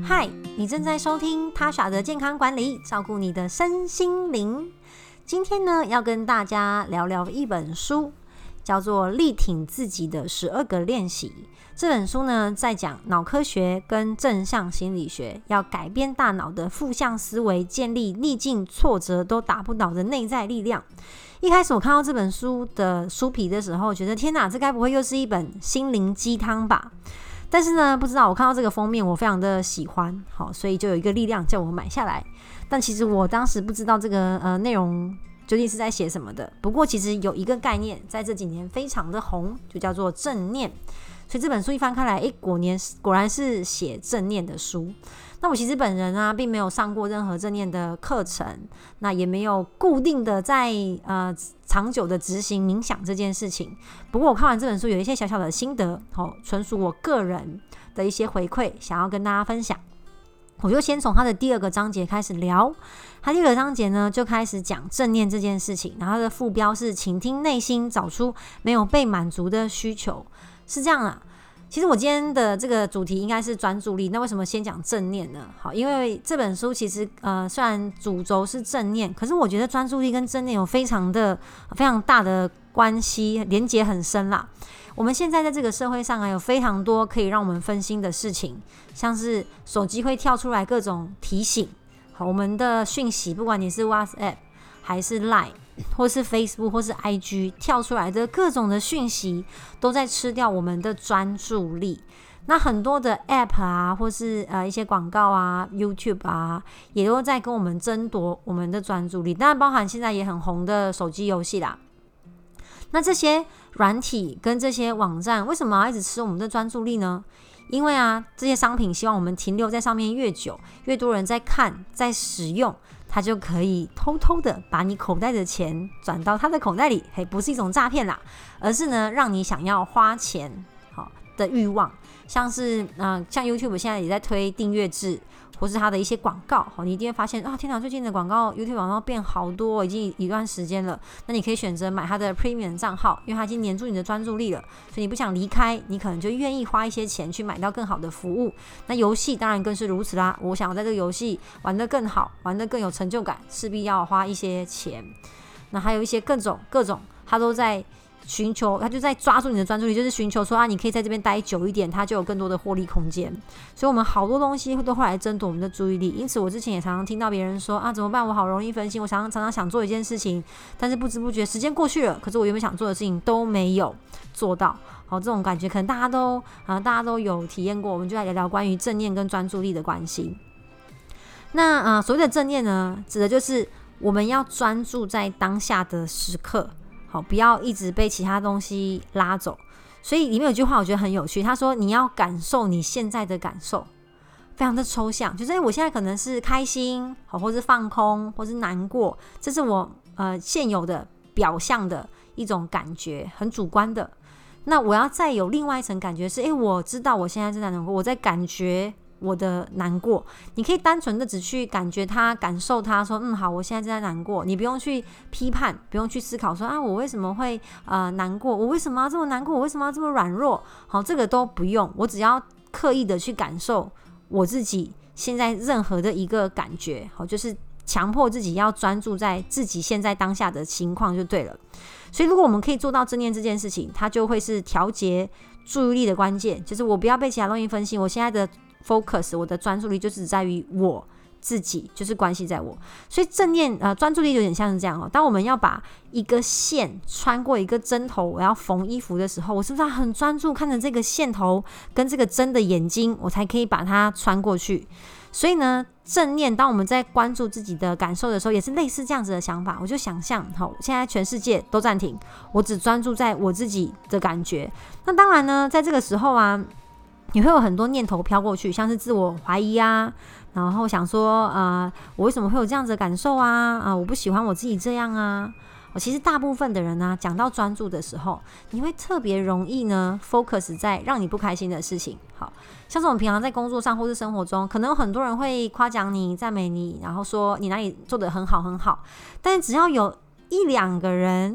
嗨，你正在收听他傻的健康管理，照顾你的身心灵。今天呢，要跟大家聊聊一本书，叫做《力挺自己的12个练习》。这本书呢，在讲脑科学跟正向心理学，要改变大脑的负向思维，建立历尽挫折都打不倒的内在力量。一开始我看到这本书的书皮的时候，觉得天哪，这该不会又是一本心灵鸡汤吧？但是呢，不知道我看到这个封面，我非常的喜欢，好，所以就有一个力量叫我买下来。但其实我当时不知道这个内容究竟是在写什么的。不过其实有一个概念，在这几年非常的红，就叫做正念。所以这本书一翻开来，果然是写正念的书。那我其实本人啊，并没有上过任何正念的课程，那也没有固定的在长久的执行冥想这件事情。不过我看完这本书，有一些小小的心得，纯属我个人的一些回馈，想要跟大家分享。我就先从他的第2个章节开始聊。他第2个章节呢，就开始讲正念这件事情，然后他的副标是倾听内心，找出没有被满足的需求。是这样啊。其实我今天的这个主题应该是专注力，那为什么先讲正念呢？好，因为这本书其实虽然主轴是正念，可是我觉得专注力跟正念有非常大的关系，连结很深啦。我们现在在这个社会上有非常多可以让我们分心的事情，像是手机会跳出来各种提醒，好，我们的讯息，不管你是 WhatsApp 还是 Line 或是 Facebook 或是 IG 跳出来的各种的讯息，都在吃掉我们的专注力。那很多的 App 啊，或是一些广告啊 YouTube 啊，也都在跟我们争夺我们的专注力。当然包含现在也很红的手机游戏啦。那这些软体跟这些网站为什么要一直吃我们的专注力呢？因为啊，这些商品希望我们停留在上面越久，越多人在看在使用，他就可以偷偷的把你口袋的钱转到他的口袋里。嘿，不是一种诈骗啦，而是呢让你想要花钱好的欲望。像是像 YouTube 现在也在推订阅制，或是它的一些广告，你一定会发现啊，天哪，最近的广告 YouTube 广告变好多，已经一段时间了。那你可以选择买它的 Premium 账号，因为它已经黏住你的专注力了，所以你不想离开，你可能就愿意花一些钱去买到更好的服务。那游戏当然更是如此啦，我想要在这个游戏玩得更好，玩得更有成就感，势必要花一些钱。那还有一些各种，它都在寻求，他就在抓住你的专注力，就是寻求说你可以在这边待久一点，它就有更多的获利空间。所以我们好多东西都会来争夺我们的注意力。因此我之前也常常听到别人说怎么办，我好容易分心，我常常想做一件事情，但是不知不觉时间过去了，可是我原本想做的事情都没有做到。好，这种感觉可能大家都有体验过。我们就来聊聊关于正念跟专注力的关系。那所谓的正念呢，指的就是我们要专注在当下的时刻，好，不要一直被其他东西拉走。所以里面有句话我觉得很有趣，他说你要感受你现在的感受，非常的抽象，就是我现在可能是开心，好，或是放空，或是难过，这是我现有的表象的一种感觉，很主观的。那我要再有另外一层感觉是，我知道我现在正在难过，我在感觉我的难过。你可以单纯的只去感觉它，感受它，说好，我现在正在难过。你不用去批判，不用去思考说我为什么会难过，我为什么要这么难过，我为什么要这么软弱，好，这个都不用。我只要刻意的去感受我自己现在任何的一个感觉，好，就是强迫自己要专注在自己现在当下的情况就对了。所以如果我们可以做到正念这件事情，它就会是调节注意力的关键，就是我不要被其他东西分心，我现在的 focus， 我的专注力就只在于我自己，就是关系在我。所以正念专注力有点像是这样当我们要把一个线穿过一个针头，我要缝衣服的时候，我是不是要很专注看着这个线头跟这个针的眼睛，我才可以把它穿过去。所以呢，正念当我们在关注自己的感受的时候，也是类似这样子的想法。我就想象现在全世界都暂停，我只专注在我自己的感觉。那当然呢，在这个时候你会有很多念头飘过去，像是自我怀疑然后想说我为什么会有这样子的感受我不喜欢我自己这样其实大部分的人讲到专注的时候，你会特别容易呢 focus 在让你不开心的事情。好，像是我们平常在工作上或是生活中，可能有很多人会夸奖你、赞美你，然后说你哪里做得很好很好，但是只要有1-2个人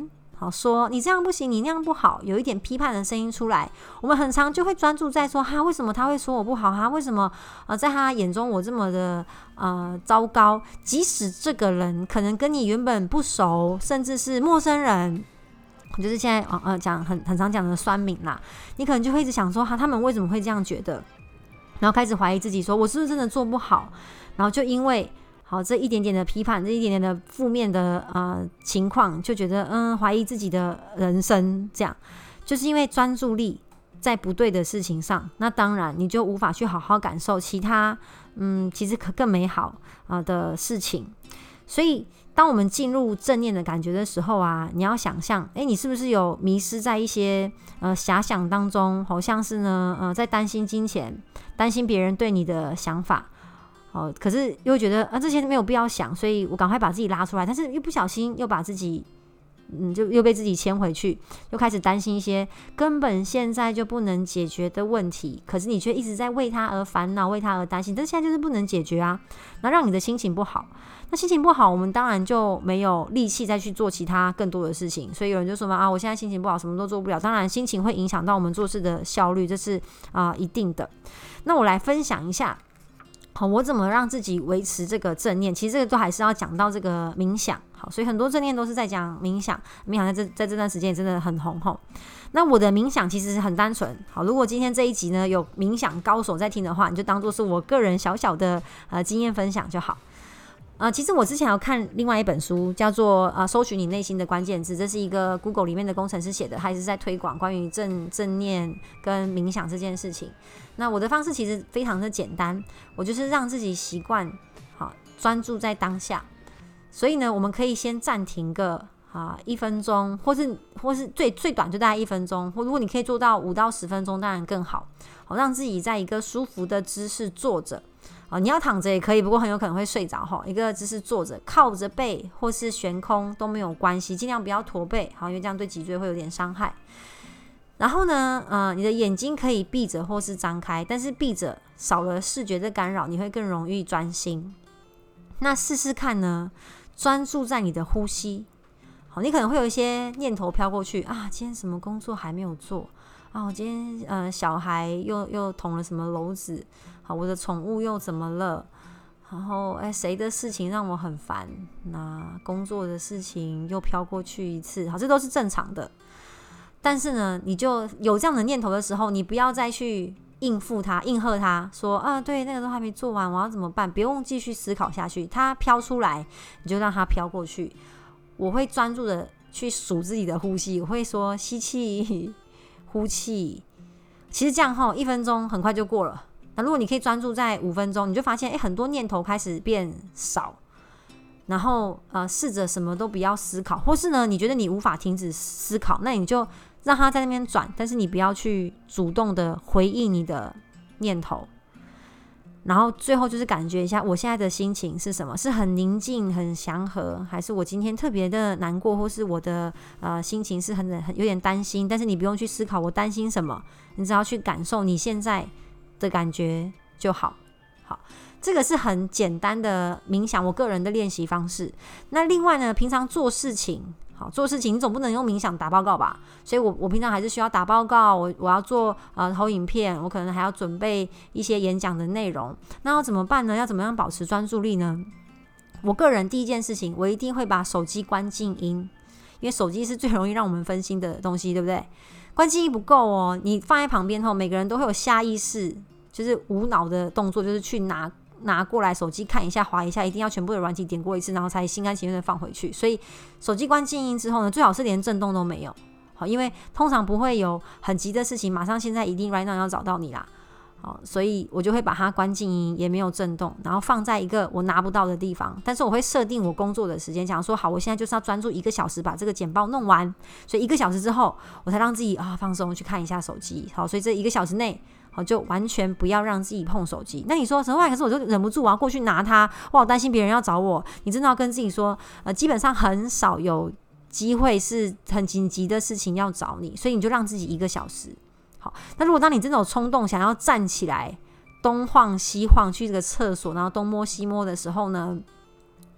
好，说你这样不行，你那样不好，有一点批判的声音出来，我们很常就会专注在说为什么他会说我不好，为什么在他眼中我这么的糟糕，即使这个人可能跟你原本不熟，甚至是陌生人，就是现在讲很常讲的酸民啦，你可能就会一直想说他们为什么会这样觉得，然后开始怀疑自己，说我是不是真的做不好，然后就因为这一点点的批判，这一点点的负面的情况，就觉得怀疑自己的人生，这样就是因为专注力在不对的事情上，那当然你就无法去好好感受其他其实更美好的事情。所以当我们进入正念的感觉的时候你要想象你是不是有迷失在一些遐想当中，好像是呢在担心金钱，担心别人对你的想法，可是又觉得这些没有必要想，所以我赶快把自己拉出来，但是又不小心又把自己就又被自己牵回去，又开始担心一些根本现在就不能解决的问题，可是你却一直在为他而烦恼，为他而担心，但是现在就是不能解决那让你的心情不好，那心情不好，我们当然就没有力气再去做其他更多的事情。所以有人就说我现在心情不好，什么都做不了。当然心情会影响到我们做事的效率，这是一定的。那我来分享一下我怎么让自己维持这个正念。其实这个都还是要讲到这个冥想。好，所以很多正念都是在讲冥想，冥想在这段时间也真的很红那我的冥想其实是很单纯。好，如果今天这一集呢有冥想高手在听的话，你就当作是我个人小小的经验分享就好。其实我之前有看另外一本书，叫做搜寻你内心的关键字，这是一个 Google 里面的工程师写的，他也是在推广关于正念跟冥想这件事情。那我的方式其实非常的简单，我就是让自己习惯专注在当下。所以呢，我们可以先暂停个1分钟，或是最短就大概1分钟，或如果你可以做到5到10分钟，当然更好。好，让自己在一个舒服的姿势坐着。你要躺着也可以，不过很有可能会睡着。一个姿势坐着，靠着背或是悬空都没有关系，尽量不要驼背，因为这样对脊椎会有点伤害。然后呢，你的眼睛可以闭着或是张开，但是闭着少了视觉的干扰，你会更容易专心。那试试看呢，专注在你的呼吸。好，你可能会有一些念头飘过去今天什么工作还没有做我今天小孩又捅了什么篓子，好，我的宠物又怎么了，然后谁的事情让我很烦，那工作的事情又飘过去一次，好，这都是正常的。但是呢，你就有这样的念头的时候，你不要再去应和他说对，那个都还没做完，我要怎么办？不用继续思考下去，它飘出来你就让它飘过去。我会专注的去数自己的呼吸，我会说吸气呼气，其实这样1分钟很快就过了。那如果你可以专注在5分钟，你就发现很多念头开始变少，然后试着什么都不要思考，或是呢你觉得你无法停止思考，那你就让它在那边转，但是你不要去主动的回应你的念头。然后最后就是感觉一下我现在的心情是什么，是很宁静很祥和，还是我今天特别的难过，或是我的心情是很有点担心，但是你不用去思考我担心什么，你只要去感受你现在的感觉就好。好，这个是很简单的冥想，我个人的练习方式。那另外呢，平常做事情你总不能用冥想打报告吧，所以我平常还是需要打报告，我要做投影片，我可能还要准备一些演讲的内容。那要怎么办呢？要怎么样保持专注力呢？我个人第一件事情，我一定会把手机关静音，因为手机是最容易让我们分心的东西，对不对？关静音不够你放在旁边后，每个人都会有下意识，就是无脑的动作，就是去拿过来手机看一下滑一下，一定要全部的软体点过一次，然后才心甘情愿的放回去。所以手机关静音之后呢，最好是连震动都没有。好，因为通常不会有很急的事情马上现在一定 right now 要找到你啦。好，所以我就会把它关静音，也没有震动，然后放在一个我拿不到的地方。但是我会设定我工作的时间，讲说好，我现在就是要专注1个小时把这个简报弄完，所以1个小时之后我才让自己放松去看一下手机。好，所以这1个小时内就完全不要让自己碰手机。那你说什么？可是我就忍不住我要过去拿它，我担心别人要找我。你真的要跟自己说，基本上很少有机会是很紧急的事情要找你，所以你就让自己1个小时。好，那如果当你真的有冲动想要站起来东晃西晃去这个厕所，然后东摸西摸的时候呢，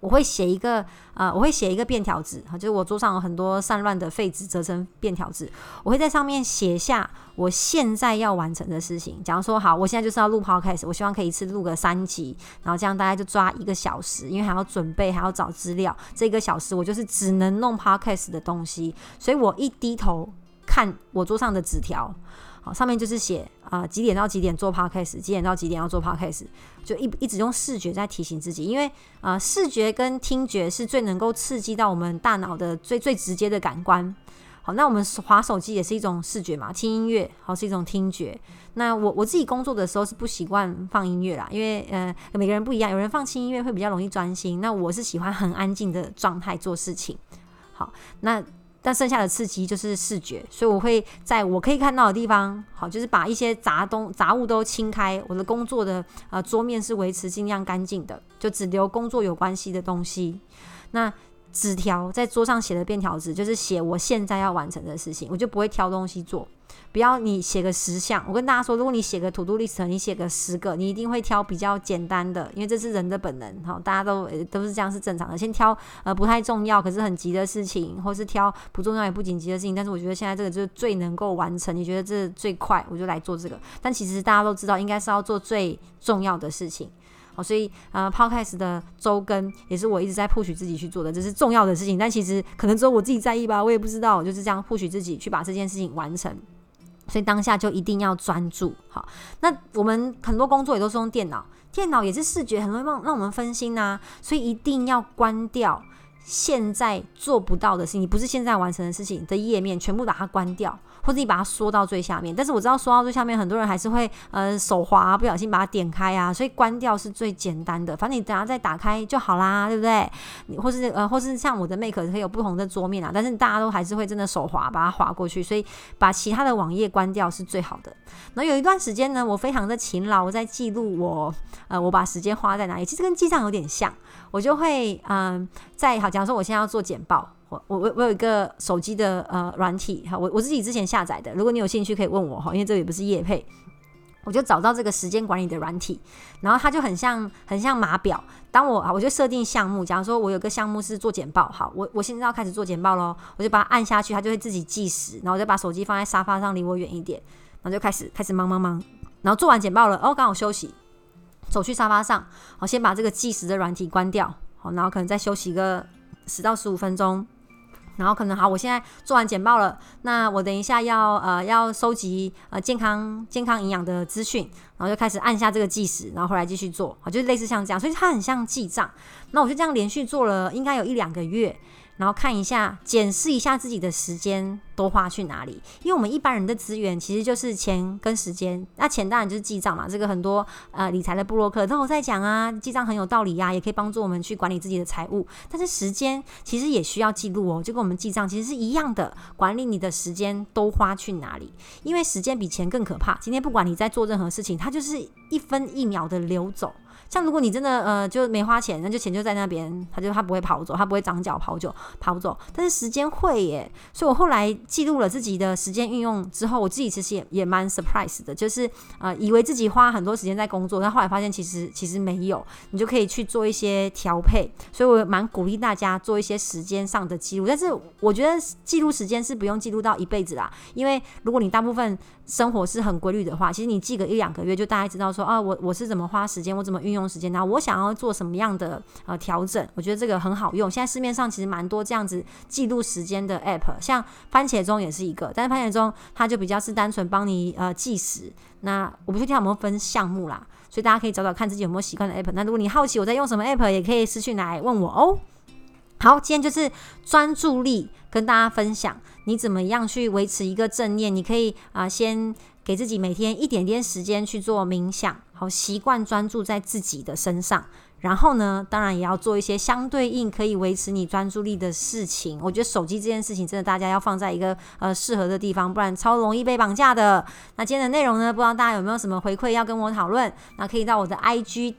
我会写一个便条纸，就是我桌上有很多散乱的废纸折成便条纸，我会在上面写下我现在要完成的事情。假如说好，我现在就是要录 podcast， 我希望可以一次录个3集，然后这样大概就抓1个小时，因为还要准备，还要找资料，这1个小时我就是只能弄 podcast 的东西，所以我一低头看我桌上的纸条，上面就是写几点到几点做 podcast， 几点到几点要做 podcast， 就一直用视觉在提醒自己，因为视觉跟听觉是最能够刺激到我们大脑的最直接的感官。好，那我们滑手机也是一种视觉嘛，听音乐好是一种听觉。那我自己工作的时候是不习惯放音乐啦，因为每个人不一样，有人放轻音乐会比较容易专心，那我是喜欢很安静的状态做事情。好，但剩下的刺激就是视觉，所以我会在我可以看到的地方，好，就是把一些杂物都清开。我的工作的桌面是维持尽量干净的，就只留工作有关系的东西。那纸条在桌上写的便条纸，就是写我现在要完成的事情，我就不会挑东西做。不要你写个10项，我跟大家说，如果你写个 to do list， 你写个10个，你一定会挑比较简单的，因为这是人的本能，大家都是这样，是正常的。先挑不太重要可是很急的事情，或是挑不重要也不紧急的事情，但是我觉得现在这个就是最能够完成，你觉得这最快，我就来做这个。但其实大家都知道，应该是要做最重要的事情。所以podcast 的周更也是我一直在 push 自己去做的，这是重要的事情，但其实可能只有我自己在意吧，我也不知道，我就是这样 push 自己去把这件事情完成。所以当下就一定要专注。好，那我们很多工作也都是用电脑，电脑也是视觉很容易让我们分心啊，所以一定要关掉现在做不到的事情，你不是现在完成的事情的页面全部把它关掉，或者你把它缩到最下面。但是我知道缩到最下面很多人还是会手滑不小心把它点开啊，所以关掉是最简单的，反正你等下再打开就好啦，对不对？或是像我的 Mac 可以有不同的桌面啊，但是大家都还是会真的手滑把它滑过去，所以把其他的网页关掉是最好的。然后有一段时间呢，我非常的勤劳，我在记录我把时间花在哪里，其实跟记账有点像，我就会假如说我现在要做简报，我有一个手机的软体，我自己之前下载的，如果你有兴趣可以问我，因为这个也不是业配，我就找到这个时间管理的软体，然后它就很像码表。当我就设定项目，假如说我有个项目是做简报，好，我现在要开始做简报咯，我就把它按下去，它就会自己计时，然后我就把手机放在沙发上离我远一点，然后就开始忙，然后做完简报了，刚好休息，走去沙发上，好，先把这个计时的软体关掉，好，然后可能再休息个10到15分钟。然后可能好，我现在做完简报了，那我等一下要收集健康营养的资讯，然后就开始按下这个计时，然后回来继续做，好，就是类似像这样，所以它很像记账。那我就这样连续做了应该有1-2个月，然后看一下检视一下自己的时间都花去哪里，因为我们一般人的资源其实就是钱跟时间，那钱当然就是记账嘛，这个很多理财的部落客都有在讲啊，记账很有道理啊，也可以帮助我们去管理自己的财务，但是时间其实也需要记录哦，就跟我们记账其实是一样的，管理你的时间都花去哪里，因为时间比钱更可怕，今天不管你在做任何事情，它就是1分1秒的流走。像如果你真的就没花钱，那就钱就在那边，它不会跑走，它不会长脚跑走，但是时间会耶。所以我后来记录了自己的时间运用之后，我自己其实也蛮 surprise 的，就是以为自己花很多时间在工作，但后来发现其实没有，你就可以去做一些调配。所以我蛮鼓励大家做一些时间上的记录，但是我觉得记录时间是不用记录到一辈子啦，因为如果你大部分生活是很规律的话，其实你记个1-2个月就大概知道说我是怎么花时间，我怎么运用时间，然后我想要做什么样的调整，我觉得这个很好用。现在市面上其实蛮多这样子记录时间的 app， 像番茄钟也是一个，但是番茄钟它就比较是单纯帮你计时，那我不确定有没有分项目啦，所以大家可以找找看自己有没有习惯的 app。那如果你好奇我在用什么 app， 也可以私讯来问我哦。好，今天就是专注力跟大家分享你怎么样去维持一个正念，你可以先给自己每天一点点时间去做冥想，好，习惯专注在自己的身上，然后呢当然也要做一些相对应可以维持你专注力的事情。我觉得手机这件事情真的大家要放在一个适合的地方，不然超容易被绑架的。那今天的内容呢，不知道大家有没有什么回馈要跟我讨论，那可以到我的 IG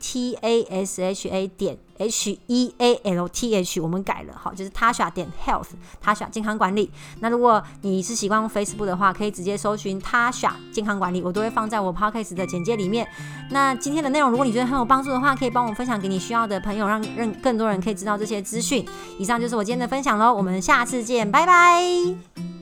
TASHA.HEALTH， 我们改了，好，就是 Tasha.health， Tasha 健康管理。那如果你是习惯用 Facebook 的话，可以直接搜寻 Tasha 健康管理，我都会放在我 Podcast 的简介里面。那今天的内容如果你觉得很有帮助的话，可以帮我分享给你你需要的朋友，让更多人可以知道这些资讯。以上就是我今天的分享咯，我们下次见，拜拜。